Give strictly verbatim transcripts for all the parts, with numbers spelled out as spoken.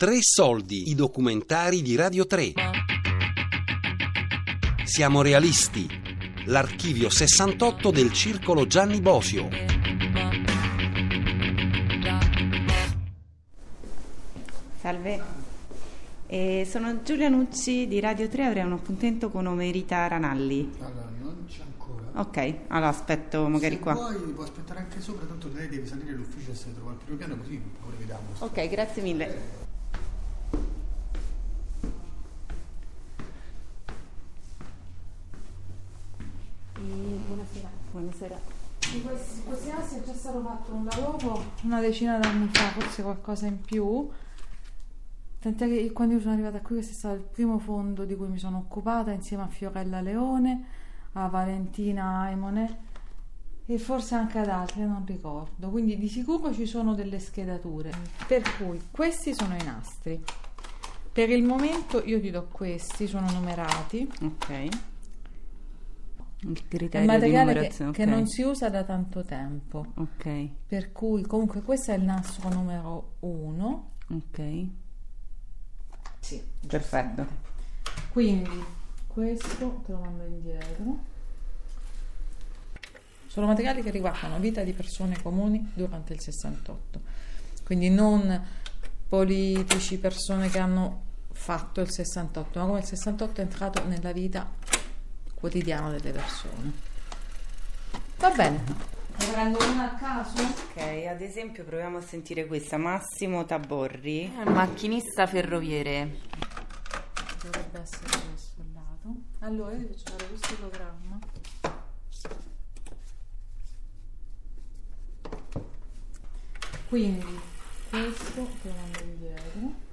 Tre soldi, i documentari di Radio tre. Siamo realisti. L'archivio sessantotto del Circolo Gianni Bosio. Salve, eh, sono Giulia Nucci di Radio tre, avrei un appuntamento con Omerita Ranalli. Allora, non c'è ancora. Ok, allora aspetto magari se qua. Se vuoi può aspettare anche sopra, tanto lei deve salire all'ufficio e se trova al primo piano, così pure vediamo. Ok, grazie mille. Buonasera. Buonasera. Di questi, questi assi è già stato fatto un lavoro una decina d'anni fa, forse qualcosa in più. Tant'è che quando io sono arrivata qui questo è stato il primo fondo di cui mi sono occupata insieme a Fiorella Leone, a Valentina Emonet e forse anche ad altri, non ricordo. Quindi di sicuro ci sono delle schedature. Per cui questi sono i nastri. Per il momento io ti do questi, sono numerati. Ok. Il È criterio un di materiale numerazione, che, okay. che non si usa da tanto tempo. Ok. Per cui comunque questo è il nastro numero uno. Ok. Sì, Perfetto. quindi questo te lo mando indietro. Sono materiali che riguardano vita di persone comuni durante il sessantotto, quindi non politici, persone che hanno fatto il sessantotto, ma come il sessantotto è entrato nella vita quotidiana delle persone. Va bene, ne prendo una a caso. Ok, ad esempio proviamo a sentire questa. Massimo Taborri, Eh, macchinista ferroviere. Dovrebbe essere questo il lato. Allora io ti faccio fare questo programma. Quindi questo te lo mando indietro.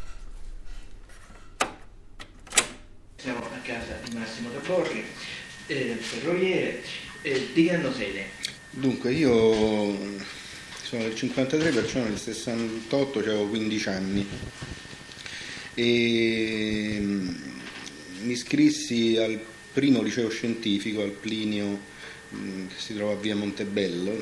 Siamo a casa di Massimo Taborri, eh, ferroviere, eh, di che anno sede? Dunque, io sono del cinquantatré, perciò nel sessantotto avevo quindici anni e mi iscrissi al primo liceo scientifico, al Plinio, che si trova a via Montebello,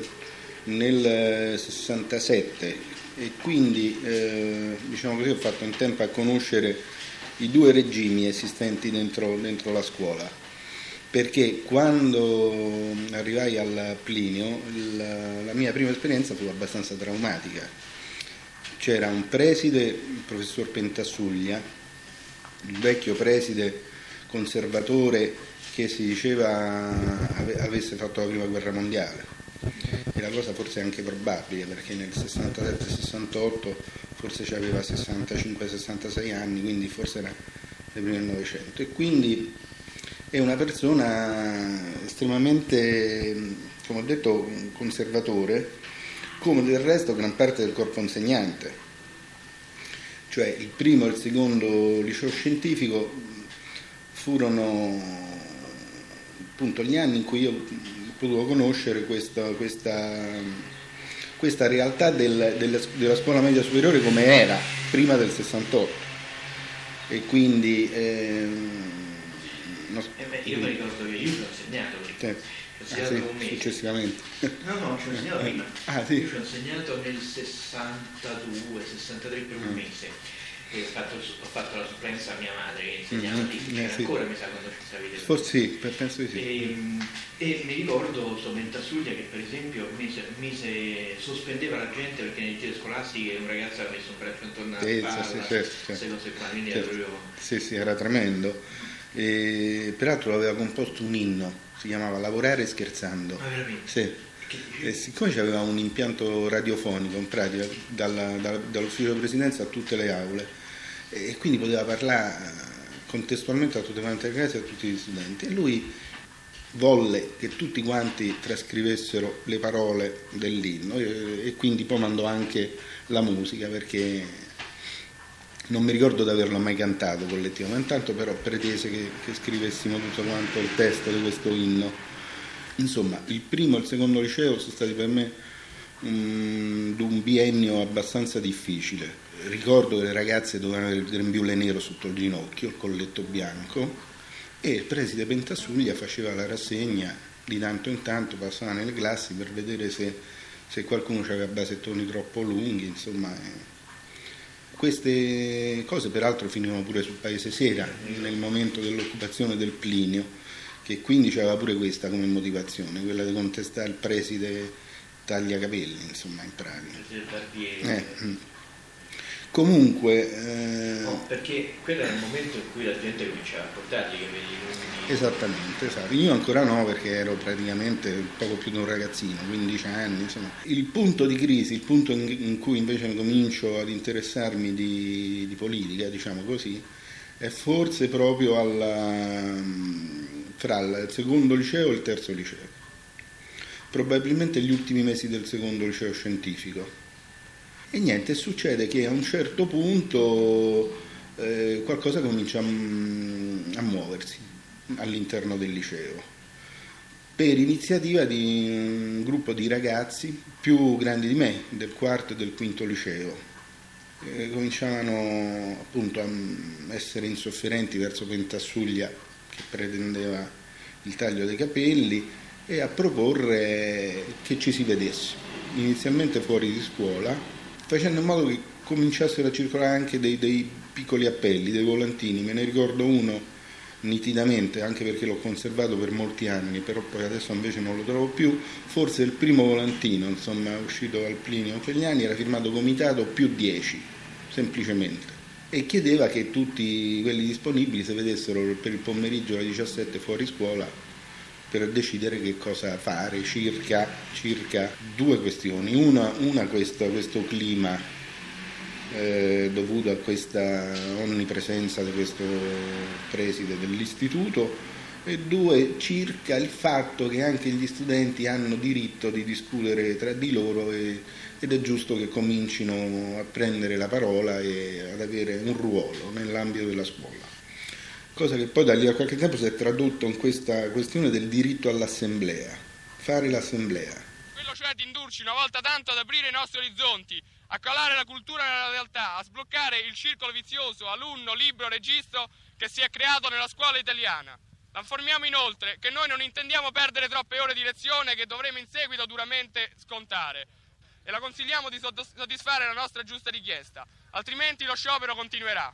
nel sessantasette e quindi eh, diciamo così ho fatto in tempo a conoscere i due regimi esistenti dentro, dentro la scuola, perché quando arrivai al Plinio la, la mia prima esperienza fu abbastanza traumatica. C'era un preside, il professor Pentassuglia, il vecchio preside conservatore che si diceva ave, avesse fatto la prima guerra mondiale, e la cosa forse è anche probabile perché nel sessantasette sessantotto forse aveva sessantacinque sessantasei anni, quindi forse era nel primo del Novecento, e quindi è una persona estremamente, come ho detto, conservatore, come del resto gran parte del corpo insegnante. Cioè il primo e il secondo liceo scientifico furono appunto gli anni in cui io ho potuto conoscere questa, questa, questa realtà del, della, della scuola media superiore come era prima del sessantotto, e quindi ehm, no, Eh beh, io mi ricordo che io ci ho insegnato, sì, ci ho insegnato ah, sì, un mese. successivamente. No, no, ci ho insegnato prima. Ah, sì. Io ci ho insegnato nel sessantadue sessantatré per un Mm. mese. E ho fatto, ho fatto la supplenza a mia madre che insegnava Mm-hmm. lì, Eh, c'era sì. ancora, mi sa, quando ci stavi del Forse sì, penso di sì. E, e mi ricordo Somentasuglia che per esempio mise, mise, sospendeva la gente perché nei giri scolastici un ragazzo aveva messo un braccio intorno alla Sì, spalla, sì, certo, certo. queste cose qua, quindi Certo. era proprio... Sì, sì, era tremendo. E, peraltro aveva composto un inno, si chiamava Lavorare scherzando. Ma veramente? Sì. E siccome aveva un impianto radiofonico in pratica dalla, dalla, dall'ufficio di presidenza a tutte le aule, e quindi poteva parlare contestualmente a tutte quante le classi e a tutti gli studenti, e lui volle che tutti quanti trascrivessero le parole dell'inno, e, e quindi poi mandò anche la musica, perché non mi ricordo di averlo mai cantato collettivamente, tanto però pretese che, che scrivessimo tutto quanto il testo di questo inno. Insomma, il primo e il secondo liceo sono stati per me um, un biennio abbastanza difficile. Ricordo che le ragazze dovevano avere il grembiule nero sotto il ginocchio, il colletto bianco, e il preside Pentassuglia faceva la rassegna di tanto in tanto, passava nelle classi per vedere se, se qualcuno aveva basettoni troppo lunghi, insomma. Queste cose peraltro finivano pure sul Paese Sera nel momento dell'occupazione del Plinio, che quindi c'aveva pure questa come motivazione, quella di contestare il preside Tagliacapelli, insomma, in pratica. Eh. Comunque... Eh... No, perché quello era il momento in cui la gente cominciava a portargli i capelli lunghi. Esattamente, esatto. Io ancora no, perché ero praticamente poco più di un ragazzino, quindici anni, insomma. Il punto di crisi, il punto in, in cui invece comincio ad interessarmi di, di politica, diciamo così, è forse proprio alla, fra il secondo liceo e il terzo liceo. Probabilmente gli ultimi mesi del secondo liceo scientifico. E niente, succede che a un certo punto eh, qualcosa comincia a, a muoversi all'interno del liceo, per iniziativa di un gruppo di ragazzi più grandi di me, del quarto e del quinto liceo. Eh, cominciavano appunto a essere insofferenti verso Pentassuglia, che pretendeva il taglio dei capelli, e a proporre che ci si vedesse, inizialmente fuori di scuola, facendo in modo che cominciassero a circolare anche dei, dei piccoli appelli, dei volantini. Me ne ricordo uno nitidamente, anche perché l'ho conservato per molti anni, però poi adesso invece non lo trovo più. Forse il primo volantino, insomma, uscito dal Plinio quegli anni, era firmato Comitato più dieci, semplicemente, e chiedeva che tutti quelli disponibili si vedessero per il pomeriggio alle diciassette fuori scuola per decidere che cosa fare circa, circa due questioni. Una, una questo, questo clima eh, dovuto a questa onnipresenza di questo preside dell'istituto, e due circa il fatto che anche gli studenti hanno diritto di discutere tra di loro e, ed è giusto che comincino a prendere la parola e ad avere un ruolo nell'ambito della scuola. Cosa che poi da lì a qualche tempo si è tradotto in questa questione del diritto all'assemblea, fare l'assemblea. Quello cioè di indurci una volta tanto ad aprire i nostri orizzonti, a calare la cultura nella realtà, a sbloccare il circolo vizioso, alunno, libro, registro che si è creato nella scuola italiana. La informiamo inoltre che noi non intendiamo perdere troppe ore di lezione che dovremo in seguito duramente scontare, e la consigliamo di soddisfare la nostra giusta richiesta, altrimenti lo sciopero continuerà.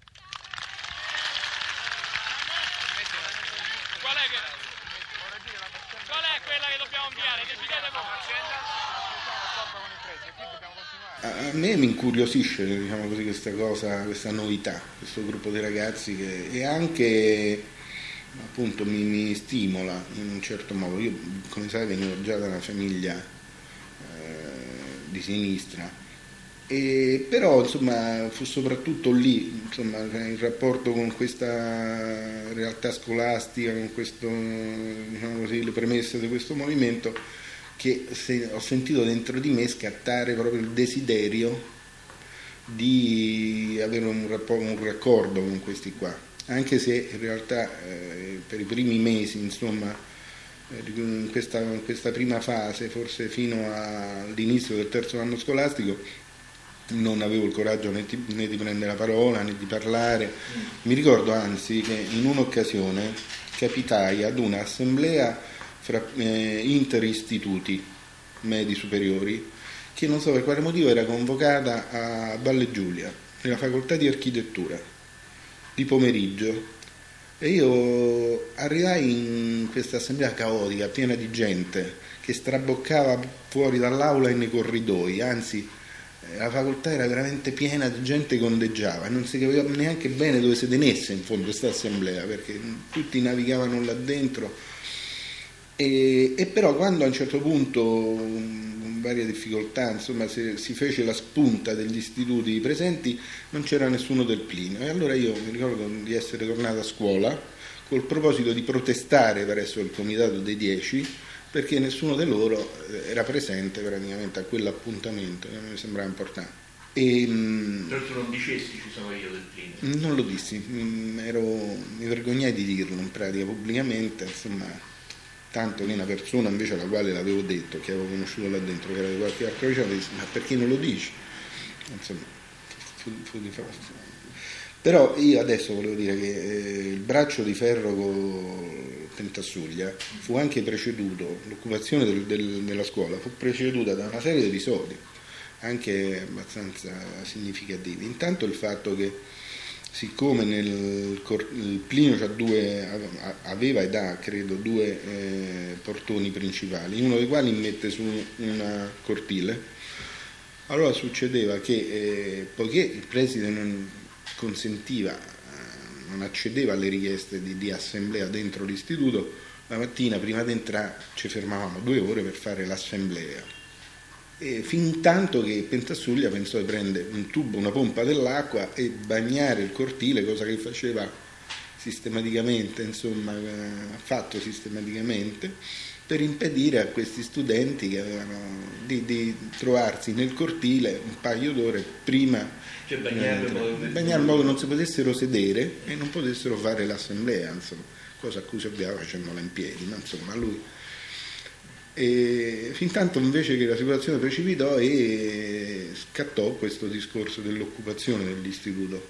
Qual è, che... Qual è quella che dobbiamo inviare? Decidete voi. A me mi incuriosisce, diciamo così, questa cosa, questa novità, questo gruppo di ragazzi che e anche appunto mi, mi stimola in un certo modo. Io, come sai, venivo già da una famiglia eh, di sinistra. E però insomma fu soprattutto lì, insomma, il rapporto con questa realtà scolastica, con questo, diciamo così, le premesse di questo movimento, che se, ho sentito dentro di me scattare proprio il desiderio di avere un, rapporto, un raccordo con questi qua, anche se in realtà eh, per i primi mesi, insomma, in questa, in questa prima fase, forse fino all'inizio del terzo anno scolastico, non avevo il coraggio né di, né di prendere la parola né di parlare. Mi ricordo anzi che in un'occasione capitai ad un'assemblea fra eh, interistituti medi superiori, che non so per quale motivo era convocata a Valle Giulia, nella facoltà di architettura, di pomeriggio, e io arrivai in questa assemblea caotica, piena di gente che straboccava fuori dall'aula e nei corridoi, anzi la facoltà era veramente piena di gente che ondeggiava e non si capiva neanche bene dove si tenesse in fondo questa assemblea, perché tutti navigavano là dentro. E, e però quando a un certo punto, con varie difficoltà, insomma, si, si fece la spunta degli istituti presenti, non c'era nessuno del Plinio, e allora io mi ricordo di essere tornato a scuola col proposito di protestare presso il comitato dei dieci, perché nessuno di loro era presente praticamente a quell'appuntamento, che mi sembrava importante. E, però tu non dicesti ci sono io del Plinio? Non lo dissi, ero, mi vergognai di dirlo in pratica pubblicamente, insomma, tanto che una persona invece alla quale l'avevo detto, che avevo conosciuto là dentro, che era di qualche altro liceo, mi disse: ma perché non lo dici? Insomma, fu, fu di forza. Però io adesso volevo dire che eh, il braccio di ferro con Pentassuglia fu anche preceduto, l'occupazione del, del, della scuola fu preceduta da una serie di episodi, anche abbastanza significativi. Intanto il fatto che, siccome nel il Plinio c'ha due, aveva ed ha credo due eh, portoni principali, uno dei quali mette su una cortile, allora succedeva che eh, poiché il preside non consentiva, eh, non accedeva alle richieste di, di assemblea dentro l'istituto, la mattina prima di entrare ci fermavamo due ore per fare l'assemblea. E fin tanto che Pentassuglia pensò di prendere un tubo, una pompa dell'acqua e bagnare il cortile, cosa che faceva sistematicamente, insomma, ha fatto sistematicamente, per impedire a questi studenti che avevano di, di trovarsi nel cortile un paio d'ore prima, cioè bagnarlo in modo, bagnare in modo che non si potessero sedere e non potessero fare l'assemblea, insomma, cosa a cui si ovviava facendola in piedi, ma insomma lui. E fin tanto invece che la situazione precipitò e scattò questo discorso dell'occupazione dell'istituto.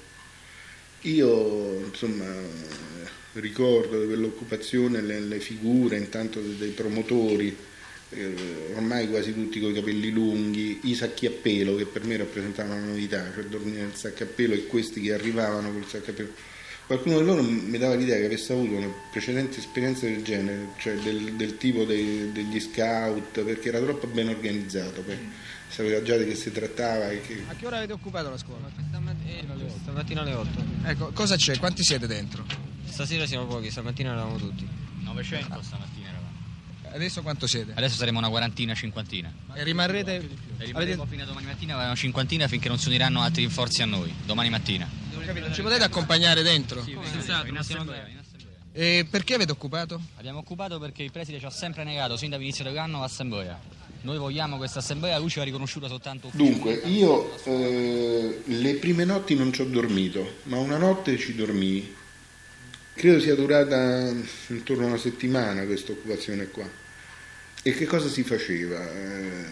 Io insomma ricordo di quell'occupazione le, le figure intanto dei promotori, eh, ormai quasi tutti con i capelli lunghi, i sacchi a pelo che per me rappresentavano una novità, cioè dormire nel sacco a pelo e questi che arrivavano col sacco a pelo. Qualcuno di loro mi dava l'idea che avesse avuto una precedente esperienza del genere, cioè del, del tipo dei, degli scout, perché era troppo ben organizzato, sapeva già di che si trattava. E che... A che ora avete occupato la scuola? Stamattina alle otto. Ecco, cosa c'è? Quanti siete dentro? Stasera siamo pochi, stamattina eravamo tutti. novecento stamattina eravamo. Adesso quanto siete? Adesso saremo una quarantina, cinquantina. E rimarrete... E rimarremo avete... fino a domani mattina, una cinquantina finché non si uniranno altri rinforzi a noi, domani mattina. Capito? Ci potete accompagnare dentro? Sì, esatto, in assemblea, in assemblea. E perché avete occupato? Abbiamo occupato perché il preside ci ha sempre negato, sin dall'inizio dell'anno, l'assemblea. Noi vogliamo questa assemblea, lui ci ha riconosciuta soltanto Dunque, io eh, le prime notti non ci ho dormito, ma una notte ci dormii. Credo sia durata intorno a una settimana questa occupazione qua. E che cosa si faceva? Eh,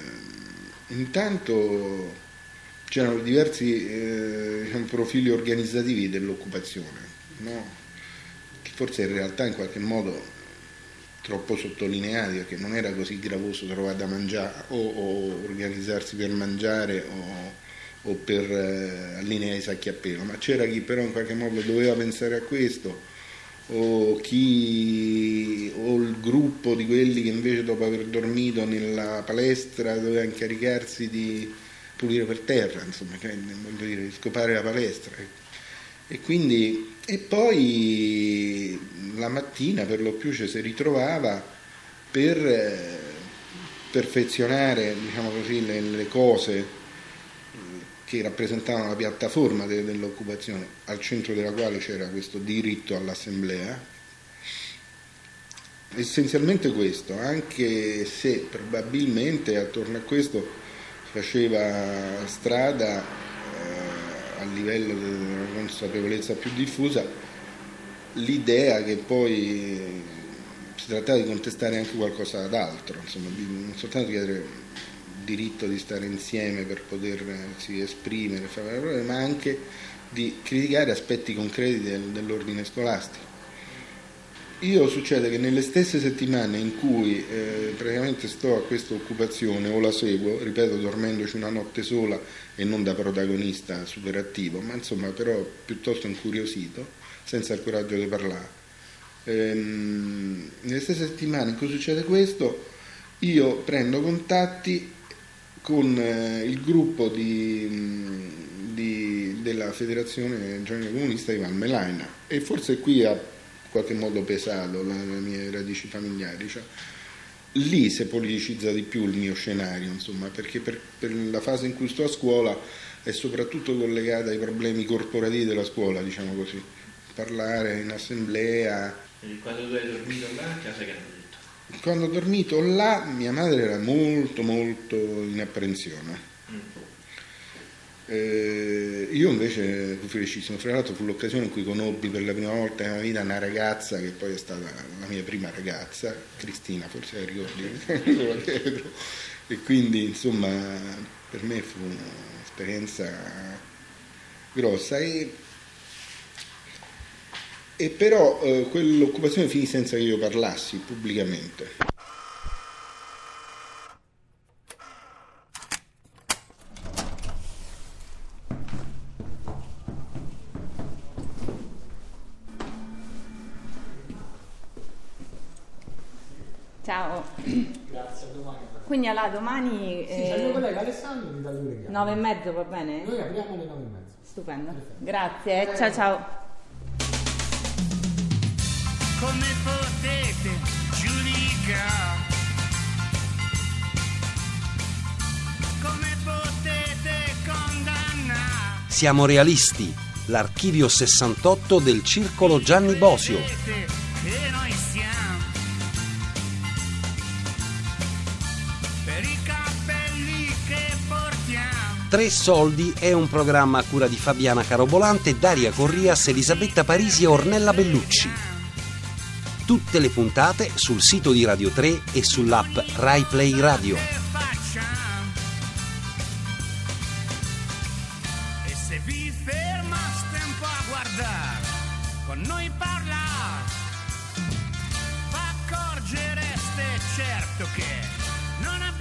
intanto c'erano diversi eh, diciamo, profili organizzativi dell'occupazione, no? Che forse in realtà in qualche modo troppo sottolineati, perché non era così gravoso trovare da mangiare o, o organizzarsi per mangiare o, o per eh, allineare i sacchi a pelo, ma c'era chi però in qualche modo doveva pensare a questo, o chi o il gruppo di quelli che invece dopo aver dormito nella palestra doveva incaricarsi di pulire per terra, insomma, cioè, voglio dire, di scopare la palestra. E quindi e poi la mattina per lo più ci si ritrovava per eh, perfezionare, diciamo così, le, le cose che rappresentavano la piattaforma de, dell'occupazione, al centro della quale c'era questo diritto all'assemblea. Essenzialmente questo, anche se probabilmente attorno a questo faceva strada eh, a livello della consapevolezza più diffusa l'idea che poi si trattava di contestare anche qualcosa d'altro, insomma, di, non soltanto chiedere il diritto di stare insieme per potersi esprimere, fare, ma anche di criticare aspetti concreti del, dell'ordine scolastico. Io succede che nelle stesse settimane in cui eh, praticamente sto a questa occupazione o la seguo, ripeto, dormendoci una notte sola e non da protagonista super attivo, ma insomma però piuttosto incuriosito, senza il coraggio di parlare, ehm, nelle stesse settimane in cui succede questo io prendo contatti con eh, il gruppo di, di, della Federazione Giovanile Comunista di Valmelaina, e forse qui ha qualche modo pesato le mie radici familiari, cioè, lì si politicizza di più il mio scenario, insomma, perché per, per la fase in cui sto a scuola è soprattutto collegata ai problemi corporativi della scuola, diciamo così, parlare in assemblea. E quando tu hai dormito là, a casa che hanno detto? Quando ho dormito là mia madre era molto molto in apprensione. Mm. Eh, io invece fu felicissimo, fra l'altro fu l'occasione in cui conobbi per la prima volta nella vita una ragazza che poi è stata la mia prima ragazza, Cristina, forse la ricordi, e quindi insomma per me fu un'esperienza grossa e, e però eh, quell'occupazione finì senza che io parlassi pubblicamente. Ciao. Grazie, a domani. Quindi allora domani... Sì, c'è il mio collega Alessandro mi dà due regali. nove e mezzo va bene? Noi apriamo alle nove e mezzo. Stupendo. Grazie, ciao ciao. Come potete giudicare? Come potete condannare? Siamo realisti, l'archivio sessantotto del Circolo Gianni Bosio. E noi siamo per i cappelli che portiamo. Tre soldi è un programma a cura di Fabiana Carobolante, Daria Corrias, Elisabetta Parisi e Ornella Bellucci. Tutte le puntate sul sito di Radio tre e sull'app Rai Play Radio. E se vi fermaste un po' a guardare, con noi parlare, accorgereste certo che non